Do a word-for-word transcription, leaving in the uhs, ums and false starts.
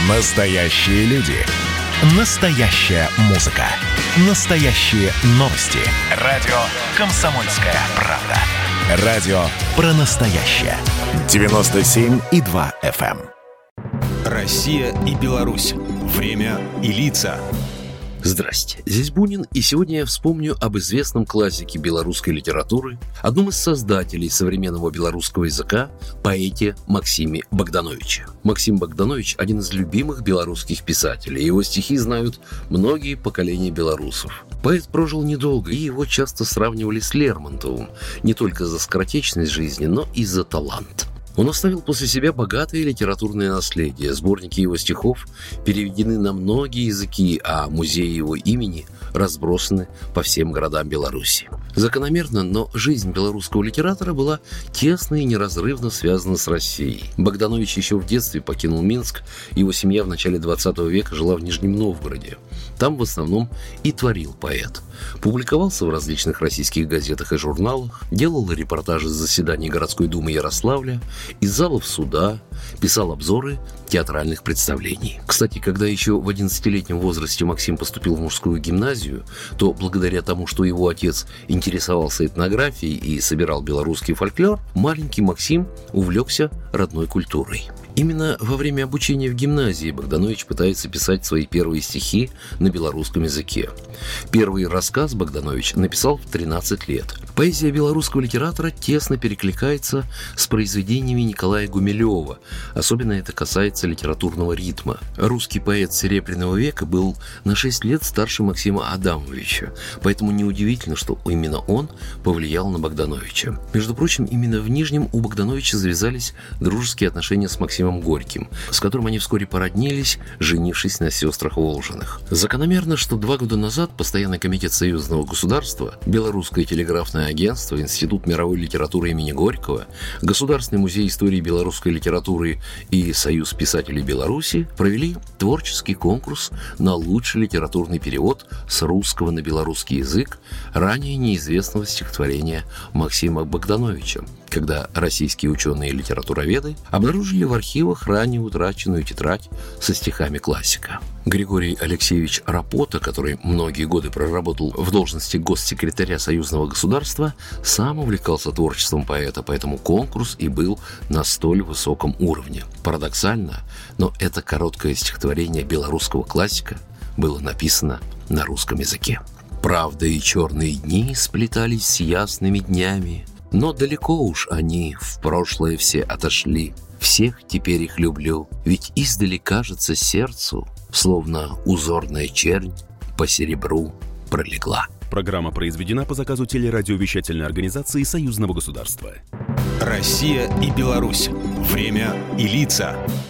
Настоящие люди. Настоящая музыка. Настоящие новости. Радио «Комсомольская правда». Радио про настоящее. девяносто семь и два эф эм. Россия и Беларусь. Время и лица. Здрасте, здесь Бунин, и сегодня я вспомню об известном классике белорусской литературы, одном из создателей современного белорусского языка, поэте Максиме Богдановиче. Максим Богданович – один из любимых белорусских писателей, его стихи знают многие поколения белорусов. Поэт прожил недолго, и его часто сравнивали с Лермонтовым, не только за скоротечность жизни, но и за талант. Он оставил после себя богатое литературное наследие. Сборники его стихов переведены на многие языки, а музеи его имени разбросаны по всем городам Беларуси. Закономерно, но жизнь белорусского литератора была тесно и неразрывно связана с Россией. Богданович еще в детстве покинул Минск, его семья в начале двадцатого века жила в Нижнем Новгороде. Там в основном и творил поэт. Публиковался в различных российских газетах и журналах, делал репортажи с заседаний городской думы Ярославля, из залов суда, писал обзоры театральных представлений. Кстати, когда еще в одиннадцатилетнем возрасте Максим поступил в мужскую гимназию, то благодаря тому, что его отец интересовался этнографией и собирал белорусский фольклор, маленький Максим увлекся родной культурой. Именно во время обучения в гимназии Богданович пытается писать свои первые стихи на белорусском языке. Первый рассказ Богданович написал в тринадцать лет. Поэзия белорусского литератора тесно перекликается с произведениями Николая Гумилева. Особенно это касается литературного ритма. Русский поэт Серебряного века был на шесть лет старше Максима Адамовича, поэтому неудивительно, что именно он повлиял на Богдановича. Между прочим, именно в Нижнем у Богдановича завязались дружеские отношения с Максимом Горьким, с которым они вскоре породнились, женившись на сестрах Волжиных. Закономерно, что два года назад Постоянный комитет Союзного государства, Белорусское телеграфное агентство, Институт мировой литературы имени Горького, Государственный музей истории белорусской литературы и Союз писателей Беларуси провели творческий конкурс на лучший литературный перевод с русского на белорусский язык ранее неизвестного стихотворения Максима Богдановича, когда российские ученые и литературоведы обнаружили в архивах ранее утраченную тетрадь со стихами классика. Григорий Алексеевич Рапота, который многие годы проработал в должности госсекретаря Союзного государства, сам увлекался творчеством поэта, поэтому конкурс и был на столь высоком уровне. Парадоксально, но это короткое стихотворение белорусского классика было написано на русском языке. «Правда и черные дни сплетались с ясными днями, но далеко уж они в прошлое все отошли. Всех теперь их люблю, ведь издали кажется сердцу, словно узорная чернь по серебру пролегла». Программа произведена по заказу телерадиовещательной организации Союзного государства. Россия и Беларусь. Время и лица.